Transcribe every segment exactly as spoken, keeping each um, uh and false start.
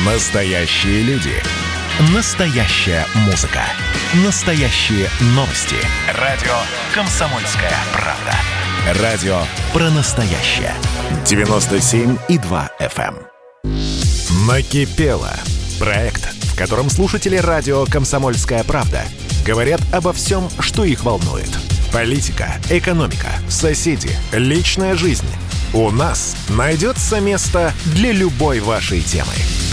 Настоящие люди. Настоящая музыка. Настоящие новости. Радио «Комсомольская правда». Радио про настоящее. девяносто семь и два эф эм. Накипело. Проект, в котором слушатели радио «Комсомольская правда» говорят обо всем, что их волнует. Политика, экономика, соседи, личная жизнь. У нас найдется место для любой вашей темы.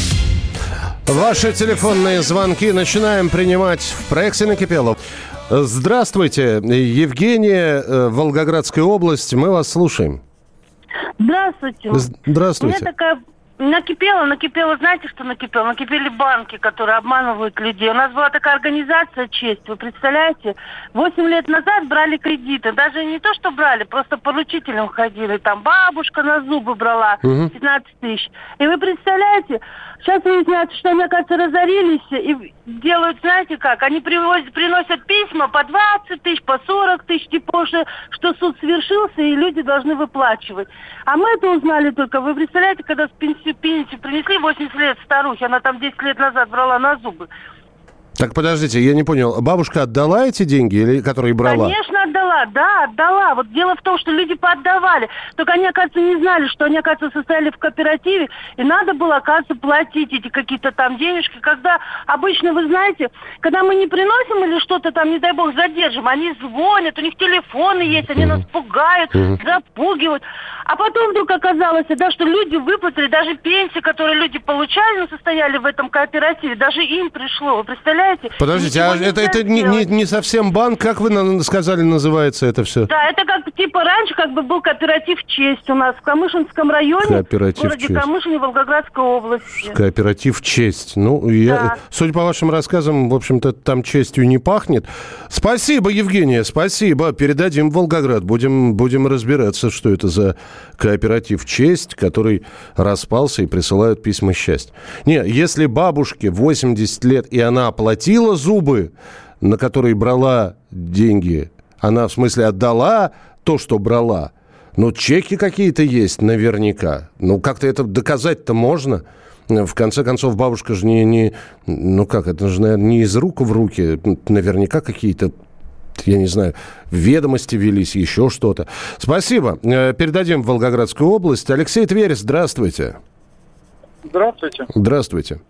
Ваши телефонные звонки начинаем принимать в проекте «Накипело». Здравствуйте, Евгения, Волгоградская область, мы вас слушаем. Здравствуйте. Здравствуйте. У меня такая... Накипело, накипело, знаете, что накипело? Накипели банки, которые обманывают людей. У нас была такая организация «Честь», вы представляете? Восемь лет назад брали кредиты. Даже не то, что брали, просто поручителем ходили. Там бабушка на зубы брала пятнадцать тысяч. И вы представляете, сейчас выясняется, что они, оказывается, разорились и делают, знаете как, они привозят, приносят письма по двадцать тысяч, по сорок тысяч, типа уже, что суд свершился и люди должны выплачивать. А мы это узнали только, вы представляете, когда с пенсию пенсию принесли восемьдесят лет старухе, она там десять лет назад брала на зубы. Так, подождите, я не понял. Бабушка отдала эти деньги, или которые брала? Конечно, отдала, да, отдала. Вот дело в том, что люди поотдавали. Только они, оказывается, не знали, что они, оказывается, состояли в кооперативе, и надо было, оказывается, платить эти какие-то там денежки. Когда обычно, вы знаете, когда мы не приносим или что-то там, не дай бог, задержим, они звонят, у них телефоны есть, они нас пугают, запугивают. А потом вдруг оказалось, да, что люди выплатили, даже пенсии, которые люди получали, но состояли в этом кооперативе, даже им пришло, вы представляете? Подождите, а это, это не, не, не совсем банк, как вы сказали, называется это все? Да, это как, типа, раньше как бы был кооператив «Честь» у нас в Камышинском районе, кооператив в городе «Честь». Камышине, Волгоградской области. Кооператив «Честь». Ну, я, да. Судя по вашим рассказам, в общем-то, там честью не пахнет. Спасибо, Евгения, спасибо. Передадим в Волгоград. Будем, будем разбираться, что это за кооператив «Честь», который распался и присылают письма счастья. Не, если бабушке восемьдесят лет, и она оплатила зубы, на которые брала деньги, она, в смысле, отдала то, что брала, но чеки какие-то есть наверняка. Ну, как-то это доказать-то можно. В конце концов, бабушка же не... не ну, как, это же, наверное, не из рук в руки. Наверняка какие-то, я не знаю, ведомости велись, еще что-то. Спасибо. Передадим в Волгоградскую область. Алексей, Тверь, здравствуйте. Здравствуйте. Здравствуйте.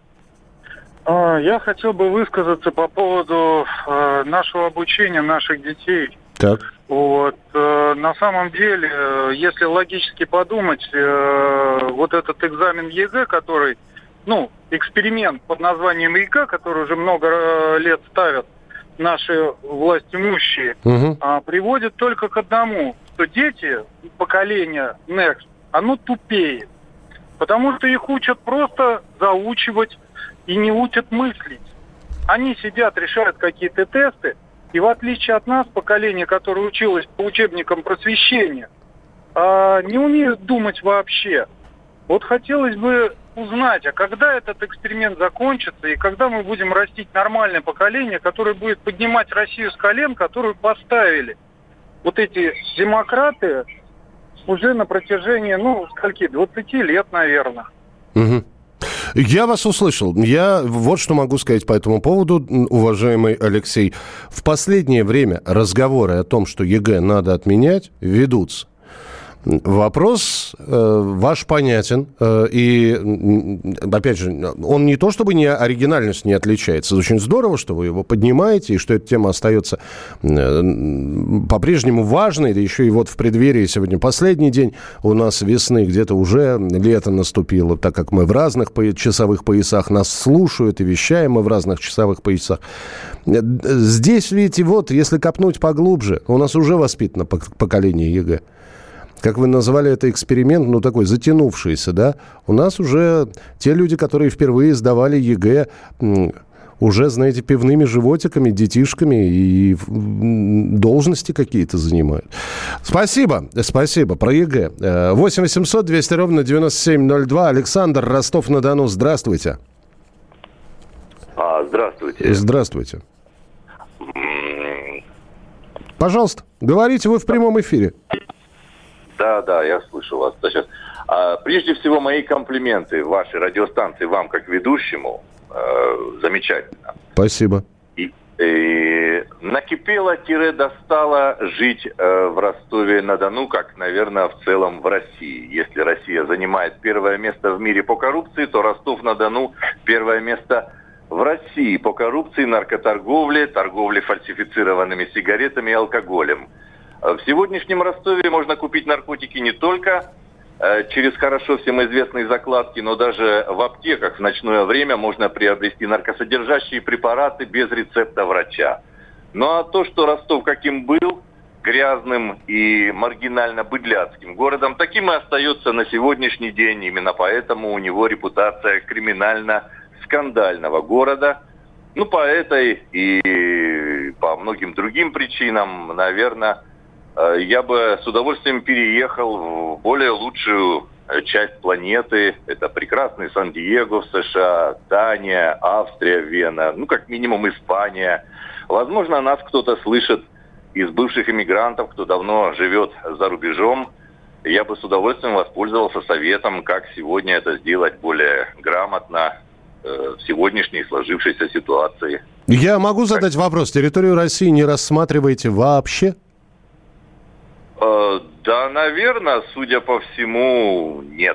Я хотел бы высказаться по поводу э, нашего обучения наших детей. Так. Вот, э, на самом деле, э, если логически подумать, э, вот этот экзамен ЕГЭ, который, ну, эксперимент под названием ЕГЭ, который уже много лет ставят наши властимущие, угу. э, приводит только к одному, что дети, поколение Next, оно тупеет. Потому что их учат просто заучивать и не учат мыслить. Они сидят, решают какие-то тесты, и в отличие от нас, поколение, которое училось по учебникам просвещения, не умеют думать вообще. Вот хотелось бы узнать, а когда этот эксперимент закончится, и когда мы будем растить нормальное поколение, которое будет поднимать Россию с колен, которую поставили вот эти демократы уже на протяжении, ну, скольки, двадцати лет, наверное. Угу. Я вас услышал. Я вот что могу сказать по этому поводу, уважаемый Алексей. В последнее время разговоры о том, что ЕГЭ надо отменять, ведутся. Вопрос э, ваш понятен. Э, и, опять же, он не то чтобы не оригинальность не отличается. Очень здорово, что вы его поднимаете, и что эта тема остается э, по-прежнему важной. Да еще и вот в преддверии сегодня последний день у нас весны, где-то уже лето наступило, так как мы в разных по- часовых поясах нас слушают и вещаем мы в разных часовых поясах. Здесь, видите, вот, если копнуть поглубже, у нас уже воспитано поколение ЕГЭ. Как вы назвали это эксперимент, ну, такой затянувшийся, да? У нас уже те люди, которые впервые сдавали ЕГЭ, уже, знаете, пивными животиками, детишками и должности какие-то занимают. Спасибо, спасибо. Про ЕГЭ. восемь восемьсот двести ровно девяносто семь ноль два. Александр, Ростов-на-Дону, здравствуйте. А, здравствуйте. Здравствуйте. Пожалуйста, говорите, вы в прямом эфире. Да, да, я слышу вас. Сейчас. А, прежде всего, мои комплименты вашей радиостанции, вам как ведущему. Э, замечательно. Спасибо. И, и накипело-достало жить э, в Ростове-на-Дону, как, наверное, в целом в России. Если Россия занимает первое место в мире по коррупции, то Ростов-на-Дону первое место в России по коррупции, наркоторговле, торговле фальсифицированными сигаретами и алкоголем. В сегодняшнем Ростове можно купить наркотики не только э, через хорошо всем известные закладки, но даже в аптеках в ночное время можно приобрести наркосодержащие препараты без рецепта врача. Ну а то, что Ростов каким был, грязным и маргинально-быдляцким городом, таким и остается на сегодняшний день. Именно поэтому у него репутация криминально-скандального города. Ну, по этой и по многим другим причинам, наверное, я бы с удовольствием переехал в более лучшую часть планеты. Это прекрасный Сан-Диего в США, Дания, Австрия, Вена, ну, как минимум Испания. Возможно, нас кто-то слышит из бывших иммигрантов, кто давно живет за рубежом. Я бы с удовольствием воспользовался советом, как сегодня это сделать более грамотно э, в сегодняшней сложившейся ситуации. Я могу задать вопрос? Территорию России не рассматриваете вообще? Э, да, наверное, судя по всему, нет.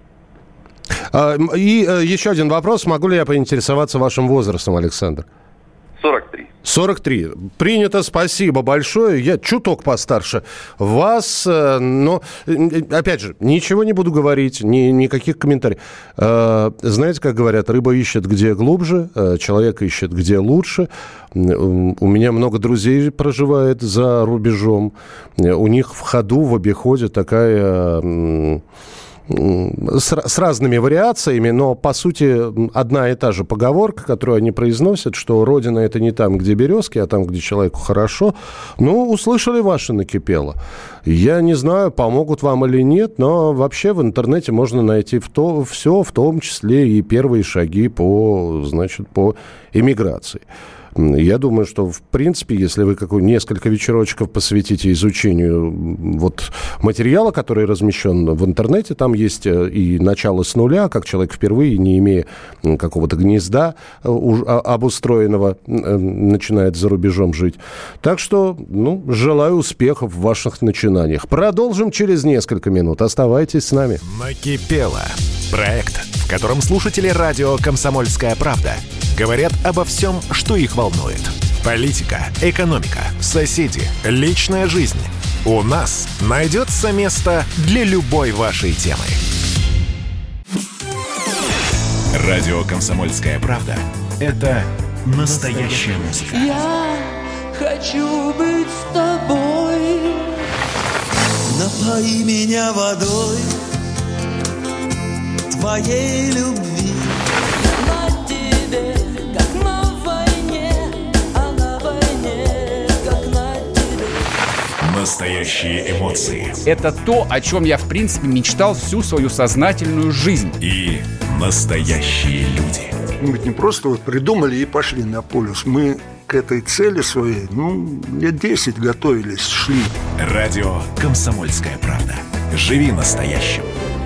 И э, еще один вопрос. Могу ли я поинтересоваться вашим возрастом, Александр? сорок три. сорок три. Принято, спасибо большое. Я чуток постарше вас, но, опять же, ничего не буду говорить, ни, никаких комментариев. Знаете, как говорят, рыба ищет где глубже, человек ищет где лучше. У меня много друзей проживает за рубежом. У них в ходу, в обиходе такая... С, с разными вариациями, но, по сути, одна и та же поговорка, которую они произносят, что родина – это не там, где березки, а там, где человеку хорошо. Ну, услышали ваше накипело. Я не знаю, помогут вам или нет, но вообще в интернете можно найти в то, все, в том числе и первые шаги по, значит, по эмиграции. Я думаю, что, в принципе, если вы какую несколько вечерочков посвятите изучению вот материала, который размещен в интернете, там есть и начало с нуля, как человек впервые, не имея какого-то гнезда обустроенного, начинает за рубежом жить. Так что, ну, желаю успехов в ваших начинаниях. Продолжим через несколько минут. Оставайтесь с нами. Накипело. Проект, в котором слушатели радио «Комсомольская правда» говорят обо всем, что их волнует. Политика, экономика, соседи, личная жизнь. У нас найдется место для любой вашей темы. Радио «Комсомольская правда» — это настоящая музыка. Я хочу быть с тобой. Напои меня водой твоей любви. Настоящие эмоции. Это то, о чем я, в принципе, мечтал всю свою сознательную жизнь. И настоящие люди. Мы ведь не просто вот придумали и пошли на полюс. Мы к этой цели своей, ну, лет десять готовились, шли. Радио «Комсомольская правда». Живи настоящим.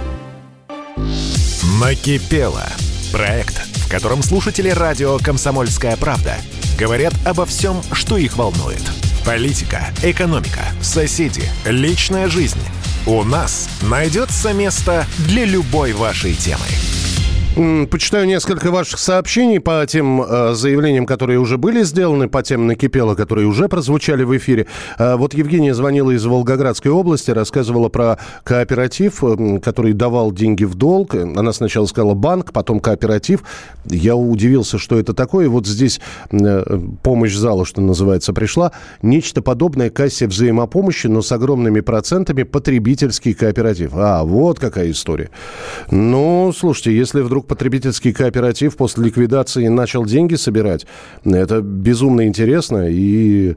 Накипело. Проект, в котором слушатели радио «Комсомольская правда» говорят обо всем, что их волнует. Политика, экономика, соседи, личная жизнь. У нас найдется место для любой вашей темы. Почитаю несколько ваших сообщений по тем э, заявлениям, которые уже были сделаны, по тем накипело, которые уже прозвучали в эфире. Э, вот Евгения звонила из Волгоградской области, рассказывала про кооператив, э, который давал деньги в долг. Она сначала сказала банк, потом кооператив. Я удивился, что это такое. Вот здесь э, помощь зала, что называется, пришла. Нечто подобное кассе взаимопомощи, но с огромными процентами потребительский кооператив. А, вот какая история. Ну, слушайте, если вдруг вдруг потребительский кооператив после ликвидации начал деньги собирать. Это безумно интересно. И,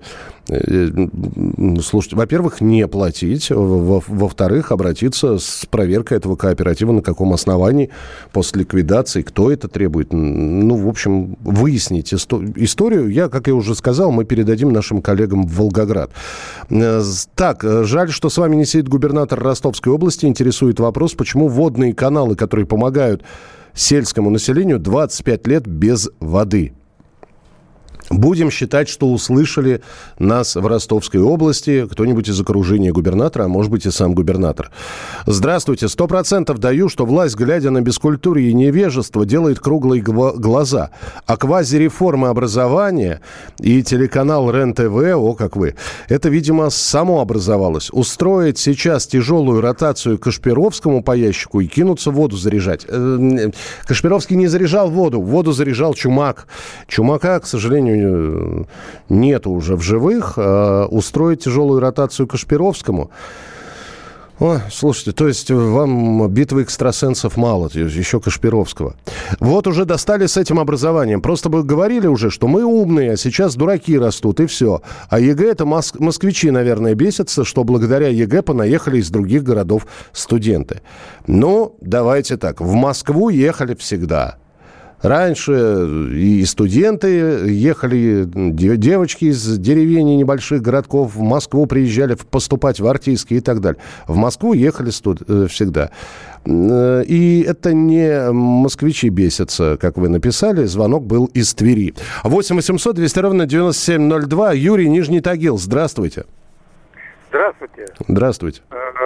слушайте, во-первых, не платить. Во-вторых, обратиться с проверкой этого кооператива, на каком основании после ликвидации, кто это требует. Ну, в общем, выяснить историю. Я, как я уже сказал, мы передадим нашим коллегам в Волгоград. Так, жаль, что с вами не сидит губернатор Ростовской области. Интересует вопрос, почему водные каналы, которые помогают сельскому населению, двадцать пять лет без воды. Будем считать, что услышали нас в Ростовской области кто-нибудь из окружения губернатора, а может быть и сам губернатор. Здравствуйте. Сто процентов даю, что власть, глядя на бескультурье и невежество, делает круглые глаза. А квазиреформа образования и телеканал РЕН-ТВ, о как вы, это, видимо, само образовалось. Устроить сейчас тяжелую ротацию Кашпировскому по ящику и кинуться воду заряжать. Кашпировский не заряжал воду, воду заряжал Чумак. Чумака, к сожалению, нету уже в живых. А устроить тяжелую ротацию Кашпировскому... Ой, слушайте, то есть вам битвы экстрасенсов мало, еще Кашпировского. Вот уже достали с этим образованием. Просто бы говорили уже, что мы умные, а сейчас дураки растут, и все. А ЕГЭ, это моск- москвичи, наверное, бесятся, что благодаря ЕГЭ понаехали из других городов студенты. Ну, давайте так, в Москву ехали всегда. Раньше и студенты ехали, девочки из деревень и небольших городков в Москву приезжали поступать в артистские и так далее. В Москву ехали студ- всегда. И это не москвичи бесятся, как вы написали. Звонок был из Твери. восемь восемьсот двести ровно девяносто семь ноль два. Юрий, Нижний Тагил. Здравствуйте. Здравствуйте. Здравствуйте.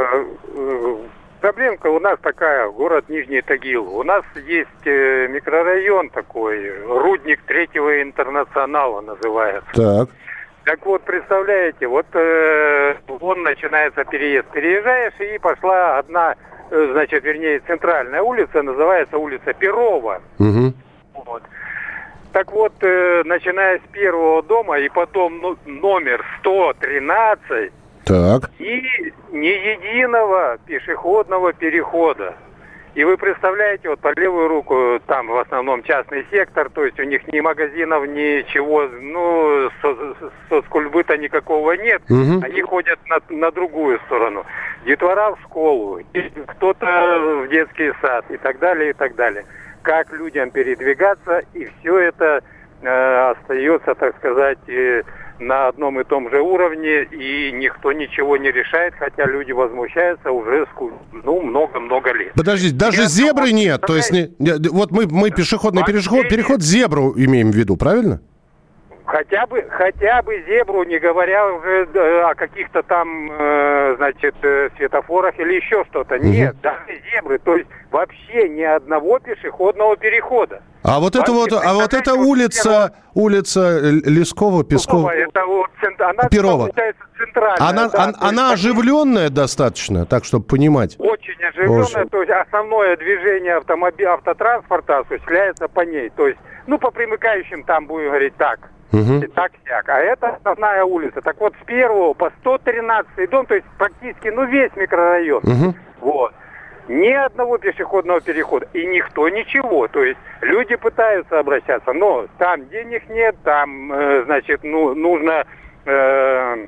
Проблемка у нас такая, город Нижний Тагил. У нас есть микрорайон такой, Рудник Третьего Интернационала называется. Так. Так вот, представляете, вот э, вон начинается переезд. Переезжаешь, и пошла одна, э, значит, вернее, центральная улица, называется улица Перова. Угу. Вот. Так вот, э, начиная с первого дома и потом ну, номер сто тринадцать, так. И ни единого пешеходного перехода. И вы представляете, вот по левую руку там в основном частный сектор, то есть у них ни магазинов, ничего, ну, со, соцкультбыта никакого нет. Угу. Они ходят на, на другую сторону. Детвора в школу, кто-то в детский сад и так далее, и так далее. Как людям передвигаться, и все это э, остается, так сказать, э, на одном и том же уровне, и никто ничего не решает, хотя люди возмущаются уже ну, много-много лет. Подождите, даже я зебры вот, нет? То есть, не, вот мы, мы пешеходный переход, переход зебру имеем в виду, правильно? Хотя бы, хотя бы зебру, не говоря уже о каких-то там, э, значит, светофорах или еще что-то. Угу. Нет, даже зебры, то есть вообще ни одного пешеходного перехода. А вот это вот, а вот эта улица, улица Лескова, Пескова, это вот, она, Перова. Получается, центральная. Она, да, она, она оживленная достаточно, так, чтобы понимать? Очень оживленная, Очень. То есть основное движение автомоби- автотранспорта осуществляется по ней. То есть, ну, по примыкающим там, будем говорить, так. Угу. Так-сяк. А это основная улица. Так вот, с первого по сто тринадцатый дом, то есть практически, ну, весь микрорайон. Угу. Вот. Ни одного пешеходного перехода. И никто ничего. То есть люди пытаются обращаться, но там денег нет, там, э, значит, ну, нужно, э,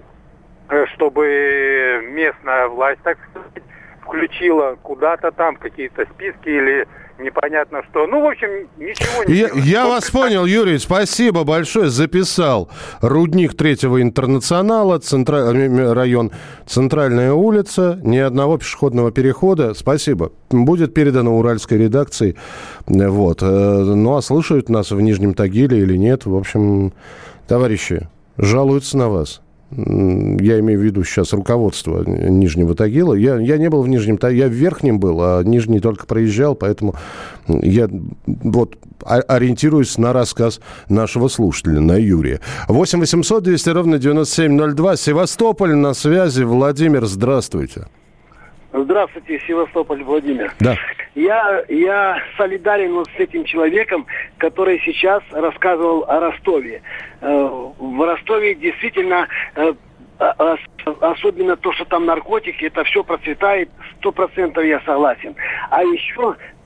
чтобы местная власть, так сказать, включила куда-то там какие-то списки или непонятно что. Ну, в общем, ничего не Я, делать. я вот вас понял, Юрий, спасибо большое. Записал. Рудник Третьего Интернационала, центра... район Центральная улица, ни одного пешеходного перехода. Спасибо. Будет передано уральской редакции. Вот. Ну, а слушают нас в Нижнем Тагиле или нет? В общем, товарищи, жалуются на вас. Я имею в виду сейчас руководство Нижнего Тагила. Я, я не был в Нижнем Тагиле, я в Верхнем был, а Нижний только проезжал, поэтому я вот ориентируюсь на рассказ нашего слушателя, на Юрия. восемь восемьсот двести ровно девяносто семь ноль два. Севастополь на связи. Владимир, здравствуйте. Здравствуйте, Севастополь, Владимир. Да. Я, я солидарен вот с этим человеком, который сейчас рассказывал о Ростове. В Ростове действительно, особенно то, что там наркотики, это все процветает, сто процентов я согласен. А еще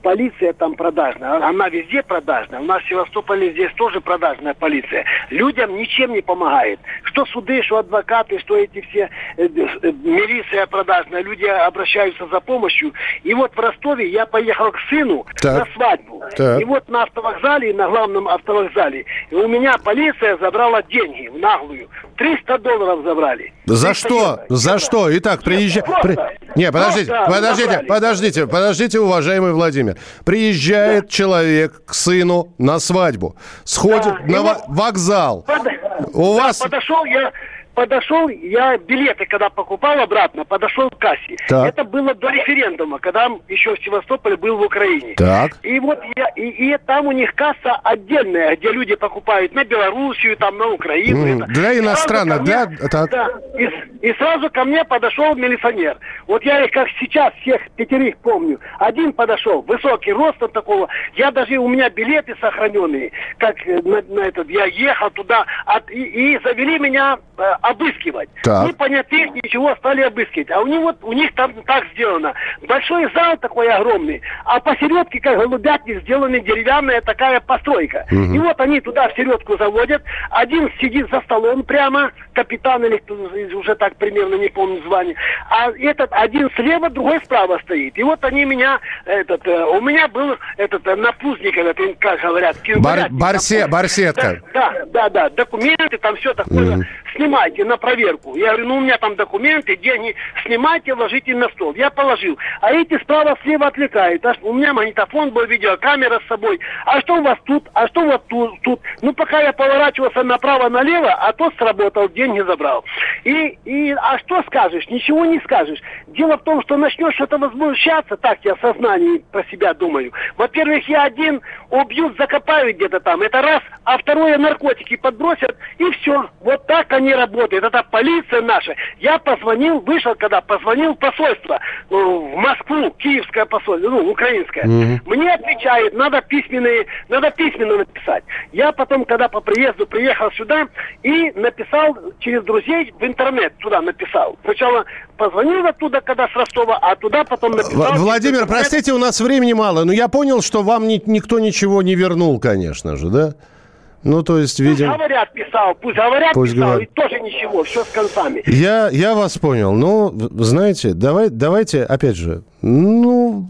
полиция там продажная. Она везде продажная. У нас в Севастополе здесь тоже продажная полиция. Людям ничем не помогает. Что суды, что адвокаты, что эти все э, э, милиция продажная. Люди обращаются за помощью. И вот в Ростове я поехал к сыну так. на свадьбу. Так. И вот на автовокзале, на главном автовокзале, у меня полиция забрала деньги в наглую. триста долларов забрали. За что? Евро. За что? Итак, приезжай... При... Не, подождите, просто подождите, забрали. подождите, подождите, уважаемый Владимир. Приезжает да. человек к сыну на свадьбу, сходит да. на вот вокзал. Под... У да, вас... Подошел я... Подошел, я билеты, когда покупал обратно, подошел к кассе. Так. Это было до референдума, когда еще Севастополь был в Украине. Так. И вот я, и, и там у них касса отдельная, где люди покупают на Белоруссию, там на Украину. Mm, это. Для иностранных, для... Мне, так. Да, и, и сразу ко мне подошел милиционер. Вот я их как сейчас всех пятерых помню. Один подошел, высокий ростом такого. Я даже, у меня билеты сохраненные, как на, на этот, я ехал туда, от, и, и завели меня обыскивать. Так. Ни понятых, ничего, стали обыскивать. А у них вот, у них там так сделано. Большой зал такой огромный, а посередке, как голубятник, сделана деревянная такая постройка. Угу. И вот они туда в середку заводят. Один сидит за столом прямо, капитан или кто, уже так примерно, не помню звание. А этот один слева, другой справа стоит. И вот они меня, этот, у меня был этот напузник, этот, как говорят, Бар, барсе, барсетка. Да, да, да, да, документы, там все такое. Угу. Снимайте на проверку. Я говорю, ну у меня там документы, деньги, снимайте, ложите на стол. Я положил. А эти справа, слева отвлекают. А у меня магнитофон был, видеокамера с собой. А что у вас тут? А что у вас тут? тут? Ну пока я поворачивался направо-налево, а тот сработал, деньги забрал. И, и, а что скажешь? Ничего не скажешь. Дело в том, что начнешь что-то возмущаться, так я в сознании про себя думаю. Во-первых, я один, убьют, закопают где-то там. Это раз. А второе, наркотики подбросят, и все. Вот так они работают. Это полиция наша. Я позвонил, вышел, когда позвонил в посольство в Москву, киевское посольство, ну, украинское. Mm-hmm. Мне отвечают, надо письменные, надо письменно написать. Я потом, когда по приезду приехал сюда и написал через друзей в интернет, туда написал. Сначала позвонил оттуда, когда с Ростова, а туда потом написал. Владимир, простите, у нас времени мало, но я понял, что вам ни, никто ничего не вернул, конечно же, да? Ну, то есть, видимо... Пусть говорят, писал, пусть говорят, пусть писал, говорят. И тоже ничего, все с концами. Я, я вас понял. Ну, знаете, давай, давайте, опять же, ну...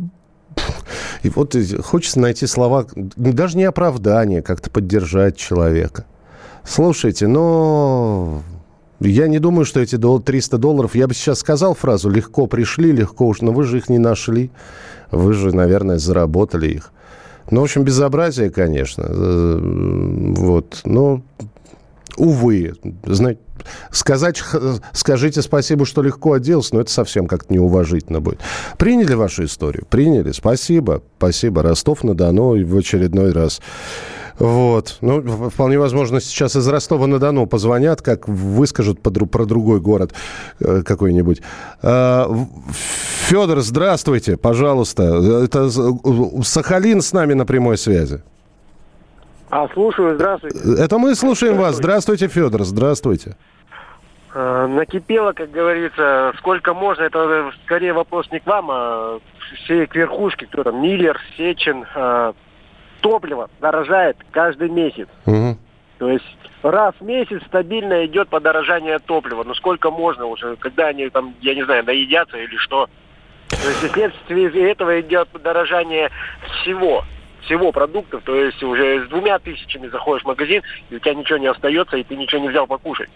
И вот хочется найти слова, даже не оправдание, как-то поддержать человека. Слушайте, ну... Я не думаю, что эти триста долларов... Я бы сейчас сказал фразу «легко пришли, легко уж...» Но вы же их не нашли. Вы же, наверное, заработали их. Ну, в общем, безобразие, конечно. Вот. Но, увы, знаете, сказать, скажите спасибо, что легко отделался, но это совсем как-то неуважительно будет. Приняли вашу историю? Приняли. Спасибо. Спасибо. Ростов-на-Дону в очередной раз. Вот. Ну, вполне возможно, сейчас из Ростова-на-Дону позвонят, как выскажут про другой город какой-нибудь. Федор, здравствуйте, пожалуйста. Это Сахалин с нами на прямой связи. А, слушаю, здравствуйте. Это мы слушаем вас. Здравствуйте, Федор, здравствуйте. Накипело, как говорится, сколько можно. Это скорее вопрос не к вам, а все к верхушке. Кто там, Миллер, Сечин. Топливо дорожает каждый месяц. Угу. То есть раз в месяц стабильно идет подорожание топлива. Ну сколько можно уже, когда они там, я не знаю, наедятся или что. То есть вследствие этого идет подорожание всего. Всего продуктов. То есть уже с двумя тысячами заходишь в магазин, и у тебя ничего не остается, и ты ничего не взял покушать.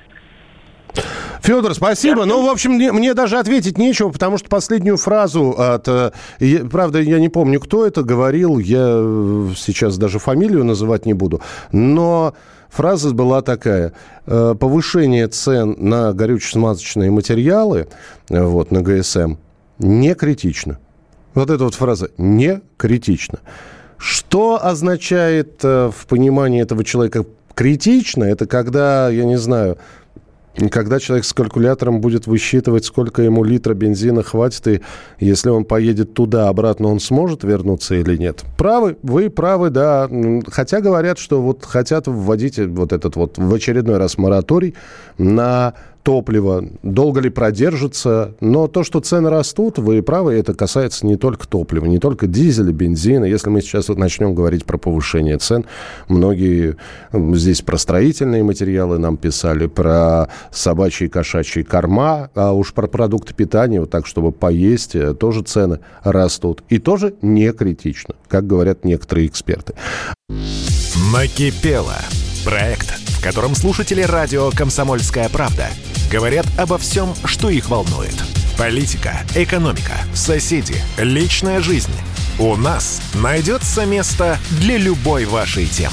Федор, спасибо. Ну, в общем, мне, мне даже ответить нечего, потому что последнюю фразу от... Я, правда, я не помню, кто это говорил, я сейчас даже фамилию называть не буду, но фраза была такая. Повышение цен на горюче-смазочные материалы, вот, на ГСМ, не критично. Вот эта вот фраза «не критично». Что означает в понимании этого человека критично? Это когда, я не знаю... Когда человек с калькулятором будет высчитывать, сколько ему литра бензина хватит, и если он поедет туда, обратно, он сможет вернуться или нет? Правы, вы правы, да. Хотя говорят, что вот хотят вводить вот этот вот в очередной раз мораторий на топливо, долго ли продержится. Но то, что цены растут, вы правы, это касается не только топлива, не только дизеля, бензина. Если мы сейчас вот начнем говорить про повышение цен, многие здесь про строительные материалы нам писали, про собачьи и кошачьи корма, а уж про продукты питания, вот так, чтобы поесть, тоже цены растут. И тоже не критично, как говорят некоторые эксперты. Накипело. Проект, в котором слушатели радио «Комсомольская правда» говорят обо всем, что их волнует. Политика, экономика, соседи, личная жизнь. У нас найдется место для любой вашей темы.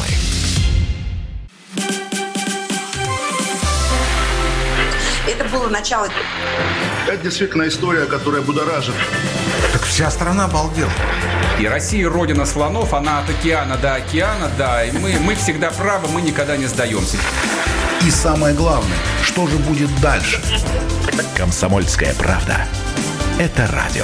Это было начало. Это действительно история, которая будоражит. Так вся страна обалдела. И Россия родина слонов, она от океана до океана, да. И мы, мы всегда правы, мы никогда не сдаемся. И самое главное, что же будет дальше? «Комсомольская правда». Это радио.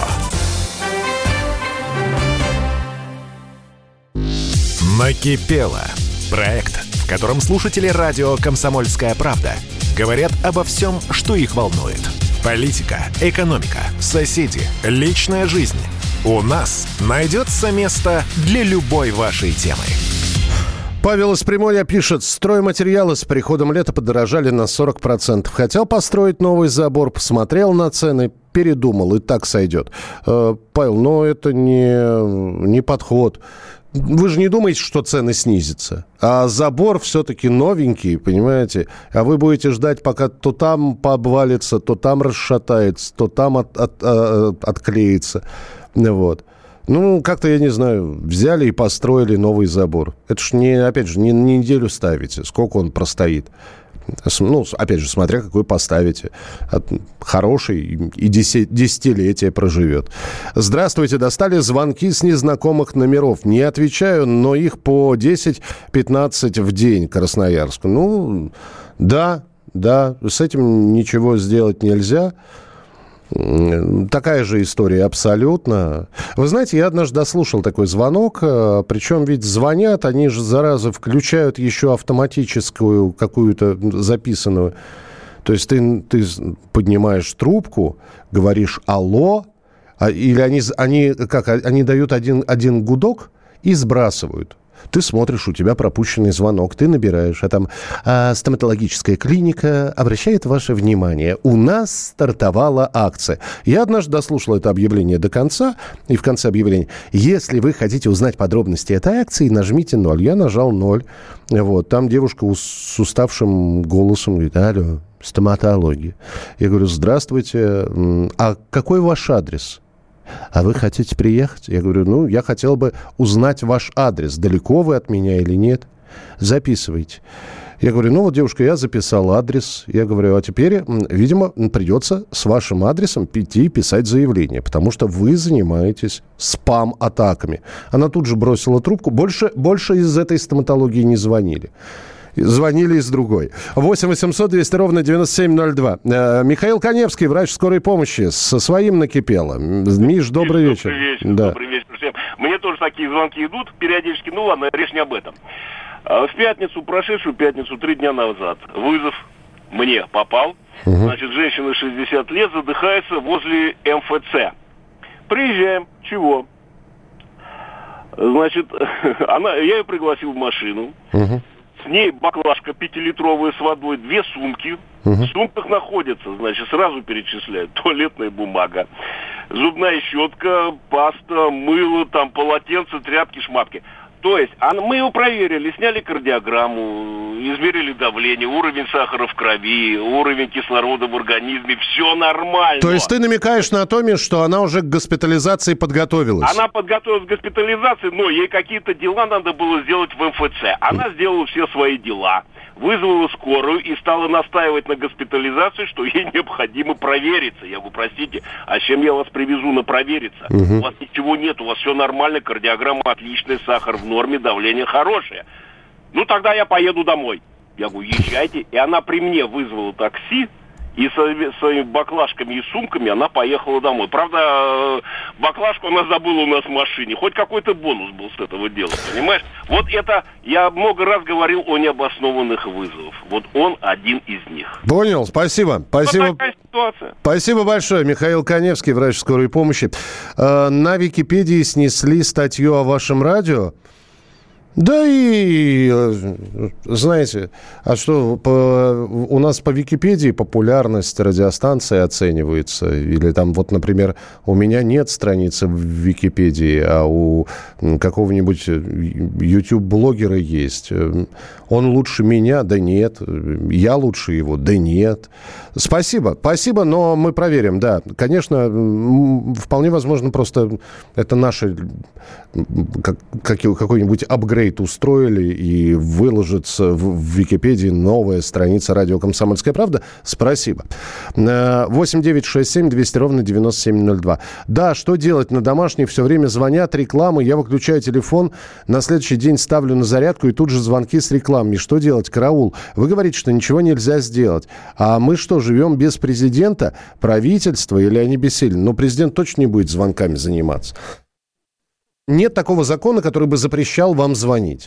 Накипело. Проект, в котором слушатели радио «Комсомольская правда» говорят обо всем, что их волнует. Политика, экономика, соседи, личная жизнь. У нас найдется место для любой вашей темы. Павел из Приморья пишет: стройматериалы с приходом лета подорожали на сорок процентов. Хотел построить новый забор, посмотрел на цены, передумал, и так сойдет. Э, Павел, но это не, не подход. Вы же не думаете, что цены снизятся. А забор все-таки новенький, понимаете? А вы будете ждать, пока то там пообвалится, то там расшатается, то там от, от, от, отклеится. Вот. Ну, как-то, я не знаю, взяли и построили новый забор. Это ж, не, опять же, не на неделю ставите. Сколько он простоит? Ну, опять же, смотря какой поставите. Хороший и десятилетие проживет. Здравствуйте. Достали звонки с незнакомых номеров. Не отвечаю, но их по десять-пятнадцать в день Красноярску. Ну, да, да, с этим ничего сделать нельзя. Такая же история абсолютно. Вы знаете, я однажды дослушал такой звонок, причем ведь звонят, они же, зараза, включают еще автоматическую какую-то записанную. То есть ты, ты поднимаешь трубку, говоришь «алло», а, или они, они, как, они дают один, один гудок и сбрасывают. Ты смотришь, у тебя пропущенный звонок, ты набираешь, а там а, стоматологическая клиника обращает ваше внимание. У нас стартовала акция. Я однажды дослушал это объявление до конца, и в конце объявления: если вы хотите узнать подробности этой акции, нажмите ноль. Я нажал ноль. Вот, там девушка с уставшим голосом говорит: алло, стоматология. Я говорю: здравствуйте, а какой ваш адрес? А вы хотите приехать? Я говорю: ну, я хотел бы узнать ваш адрес. Далеко вы от меня или нет? Записывайте. Я говорю: ну вот, девушка, я записал адрес. Я говорю: а теперь, видимо, придется с вашим адресом идти писать заявление, потому что вы занимаетесь спам-атаками. Она тут же бросила трубку. Больше, больше из этой стоматологии не звонили. Звонили из другой. восемь восемьсот двести ровно девяносто семь ноль два. Михаил Коневский, врач скорой помощи, со своим накипело. Миш, добрый Миш, вечер. Добрый вечер, да. добрый вечер всем. Мне тоже такие звонки идут периодически. Ну ладно, речь не об этом. В пятницу, прошедшую пятницу, три дня назад, вызов мне попал. Угу. Значит, женщина шестьдесят лет задыхается возле эм эф цэ. Приезжаем. Чего? Значит, она, я ее пригласил в машину. Угу. С ней баклажка пятилитровая с водой, две сумки. Uh-huh. В сумках находятся, значит, сразу перечисляют: туалетная бумага, зубная щетка, паста, мыло, там, полотенце, тряпки, шмапки. То есть, а мы его проверили, сняли кардиограмму, измерили давление, уровень сахара в крови, уровень кислорода в организме, все нормально. То есть ты намекаешь на то, Миш, что она уже к госпитализации подготовилась? Она подготовилась к госпитализации, но ей какие-то дела надо было сделать в эм эф цэ. Она сделала все свои дела, вызвала скорую и стала настаивать на госпитализации, что ей необходимо провериться. Я говорю: простите, а с чем я вас привезу на провериться? Угу. У вас ничего нет, у вас все нормально, кардиограмма отличная, сахар в норме, давление хорошее. Ну, тогда я поеду домой. Я говорю: езжайте. И она при мне вызвала такси И со своими баклажками и сумками она поехала домой. Правда, баклажку она забыла у нас в машине. Хоть какой-то бонус был с этого дела, понимаешь? Вот это, я много раз говорил о необоснованных вызовах. Вот он один из них. Понял, спасибо. Спасибо. Вот такая ситуация. Спасибо большое. Михаил Каневский, врач скорой помощи. На Википедии снесли статью о вашем радио. Да и, знаете, а что, по, у нас по Википедии популярность радиостанции оценивается? Или там, вот, например, у меня нет страницы в Википедии, а у какого-нибудь YouTube-блогера есть. Он лучше меня? Да нет. Я лучше его? Да нет. Спасибо, спасибо, но мы проверим, да. Конечно, вполне возможно, просто это наши как, какой-нибудь апгрейд устроили и выложится в, в Википедии новая страница радио «Комсомольская правда». Спасибо. восемь девятьсот шестьдесят семь двести ровно девяносто семь ноль два. Да, что делать? На домашний все время звонят, рекламы. Я выключаю телефон, на следующий день ставлю на зарядку, и тут же звонки с рекламами. Что делать? Караул. Вы говорите, что ничего нельзя сделать. А мы что, живем без президента, правительства, или они бессильны? Но президент точно не будет звонками заниматься. Нет такого закона, который бы запрещал вам звонить.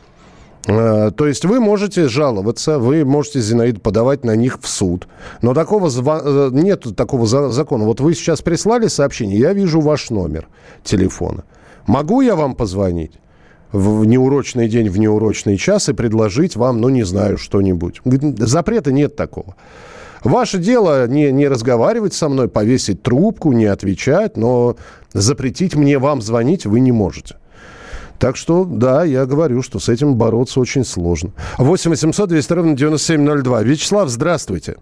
То есть вы можете жаловаться, вы можете, Зинаида, подавать на них в суд. Но такого зва... нет такого закона. Вот вы сейчас прислали сообщение, я вижу ваш номер телефона. Могу я вам позвонить в неурочный день, в неурочный час и предложить вам, ну, не знаю, что-нибудь? Запрета нет такого. Ваше дело не, не разговаривать со мной, повесить трубку, не отвечать, но запретить мне вам звонить вы не можете. Так что, да, я говорю, что с этим бороться очень сложно. восемь восемьсот двести ровно девяносто семь ноль два. Вячеслав, здравствуйте.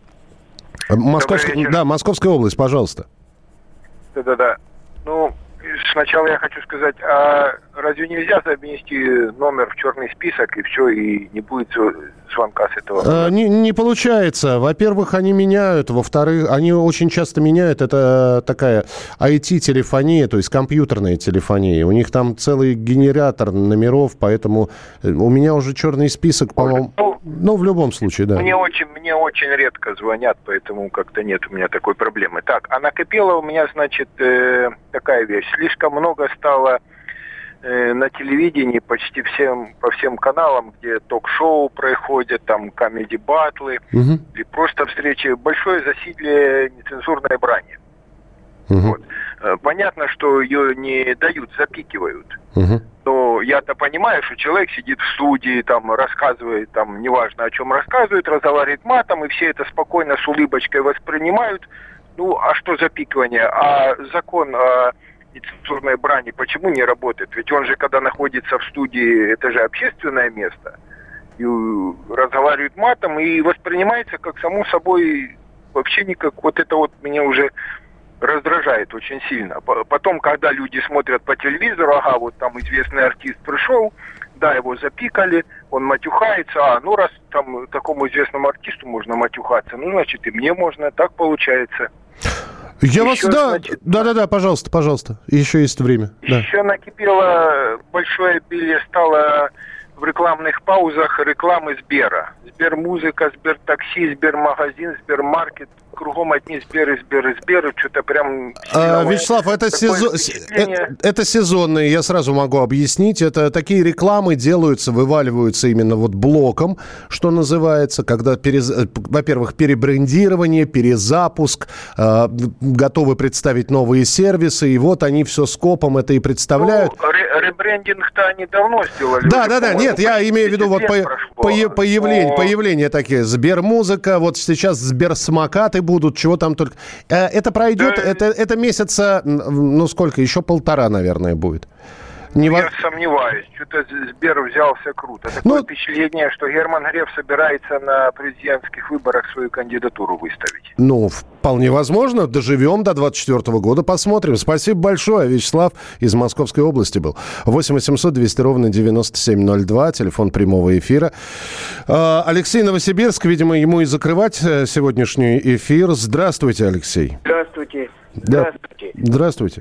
Московская, да, Московская область, пожалуйста. Да-да-да. Ну, сначала я хочу сказать, а разве нельзя занести номер в черный список, и все, и не будет звонка с этого? А, не, не получается. Во-первых, они меняют. Во-вторых, они очень часто меняют. Это такая ай ти-телефония, то есть компьютерная телефония. У них там целый генератор номеров, поэтому у меня уже черный список, по-моему... Ну, ну, в любом случае, да. Мне очень, мне очень редко звонят, поэтому как-то нет у меня такой проблемы. Так, а накопила у меня, значит, э, такая вещь. Слишком много стало э, на телевидении, почти всем, по всем каналам, где ток-шоу происходят, там комеди-батлы, угу. или просто встречи, большое засилие нецензурной брани. Угу. Вот. Понятно, что ее не дают, запикивают. Угу. Но я-то понимаю, что человек сидит в студии, там рассказывает, там неважно о чем рассказывает, разговаривает матом, и все это спокойно с улыбочкой воспринимают. Ну, а что запикивание? А закон о нецензурной брани почему не работает? Ведь он же, когда находится в студии, это же общественное место, и разговаривает матом, и воспринимается как само собой, вообще никак. Вот это вот меня уже раздражает очень сильно. Потом, когда люди смотрят по телевизору, ага, вот там известный артист пришел, да, его запикали, он матюхается, а, ну, раз там такому известному артисту можно матюхаться, ну, значит, и мне можно, так получается. Я вас, да, значит, да-да-да, пожалуйста, пожалуйста, еще есть время. Еще да. накипело большое обилие стало в рекламных паузах рекламы Сбера. Сбермузыка, Сбертакси, Сбермагазин, Сбермаркет. Кругом одни Сберы, Сберы, Сберы. Что-то прям... А, Вячеслав, это, сезон... это, это сезонные, я сразу могу объяснить. Это такие рекламы делаются, вываливаются именно вот блоком, что называется, когда, перез... во-первых, перебрендирование, перезапуск, э, готовы представить новые сервисы, и вот они все скопом это и представляют. Ну, ре- ребрендинг-то они давно сделали. Да, да, да, нет, я имею в виду вот по- по- появление, Но... появление такие. Сбермузыка, вот сейчас Сберсмакаты будут, чего там только... Это пройдет, да, это, это месяца, ну сколько, еще полтора, наверное, будет. Не я во... сомневаюсь. Что-то Сбер взялся круто. Такое ну... впечатление, что Герман Греф собирается на президентских выборах свою кандидатуру выставить. Ну, вполне возможно. Доживем до двадцать четвёртого года, посмотрим. Спасибо большое. Вячеслав из Московской области был. восемь восемьсот двести ровно девяносто семь ноль два, телефон прямого эфира. Алексей, Новосибирск, видимо, ему и закрывать сегодняшний эфир. Здравствуйте, Алексей. Здравствуйте. Да. Здравствуйте. Здравствуйте.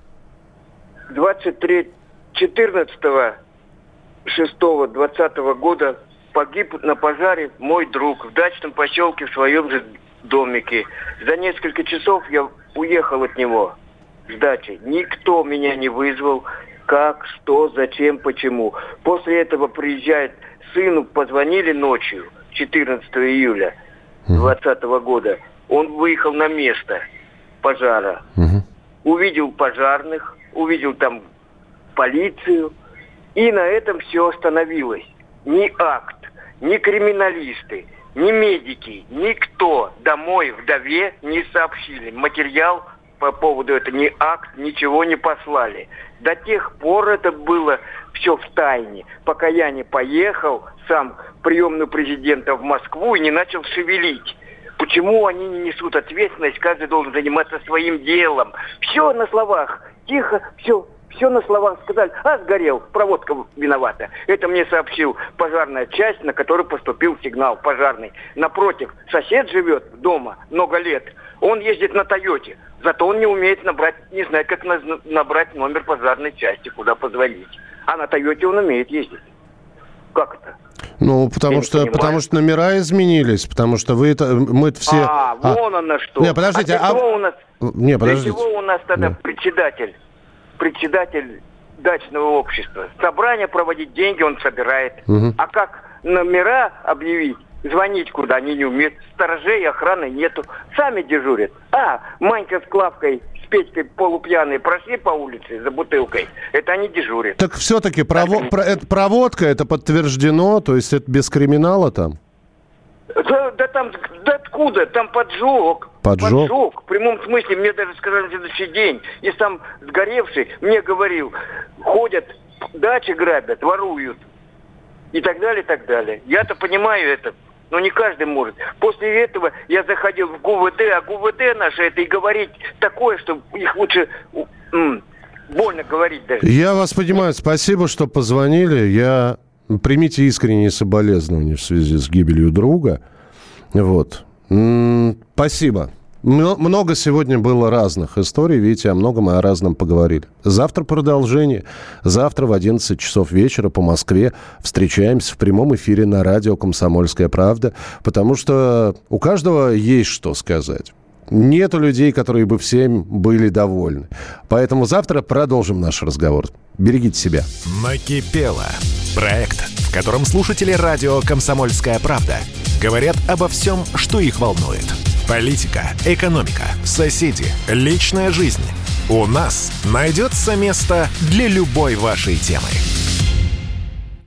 двадцать третьего четырнадцатого шестого двадцатого года погиб на пожаре мой друг в дачном поселке в своем же домике. За несколько часов я уехал от него с дачи. Никто меня не вызвал. Как, что, зачем, почему. После этого приезжает сыну, позвонили ночью, четырнадцатого июля двадцатого года. Он выехал на место пожара. Угу. Увидел пожарных, увидел там полицию. И на этом все остановилось. Ни акт, ни криминалисты, ни медики, никто домой вдове не сообщили. Материал по поводу этого, ни акт, ничего не послали. До тех пор это было все в тайне, пока я не поехал сам в приемную президента в Москву и не начал шевелить. Почему они не несут ответственность, каждый должен заниматься своим делом. Все на словах, тихо, все, все на словах сказали. А, сгорел, проводка виновата. Это мне сообщил пожарная часть, на которую поступил сигнал пожарный. Напротив, сосед живет дома много лет, он ездит на Тойоте. Зато он не умеет набрать, не знает, как набрать номер пожарной части, куда позвонить. А на Тойоте он умеет ездить. Как это? Ну, потому что, потому что номера изменились, потому что вы это, мы все... А, а, вон оно что. Не, подождите, а... а... у нас, не, подождите. Для чего у нас тогда да. председатель, председатель дачного общества? Собрание проводить, деньги он собирает. Угу. А как номера объявить? Звонить куда они не умеют. Сторожей, охраны нету. Сами дежурят. А, Манька с Клавкой, с Петькой полупьяные прошли по улице за бутылкой. Это они дежурят. Так все-таки прово- про- это проводка, это подтверждено? То есть это без криминала там? Да, да там, да откуда? Там поджог. Поджог? Поджог. В прямом смысле. Мне даже сказали на следующий день. И сам сгоревший мне говорил, ходят, дачи грабят, воруют. И так далее, и так далее. Я-то понимаю это. Но не каждый может. После этого я заходил в ГУВД, а ГУВД наше это и говорить такое, что их лучше м, больно говорить даже. Я вас понимаю. Спасибо, что позвонили. Я... Примите искренние соболезнования в связи с гибелью друга. Вот. М-м, спасибо. Много сегодня было разных историй. Видите, о многом и о разном поговорили. Завтра продолжение. Завтра в одиннадцать часов вечера по Москве встречаемся в прямом эфире на радио «Комсомольская правда», потому что у каждого есть что сказать. Нету людей, которые бы всем были довольны. Поэтому завтра продолжим наш разговор. Берегите себя. Накипело. Проект, в котором слушатели радио «Комсомольская правда» говорят обо всем, что их волнует. Политика, экономика, соседи, личная жизнь. У нас найдется место для любой вашей темы.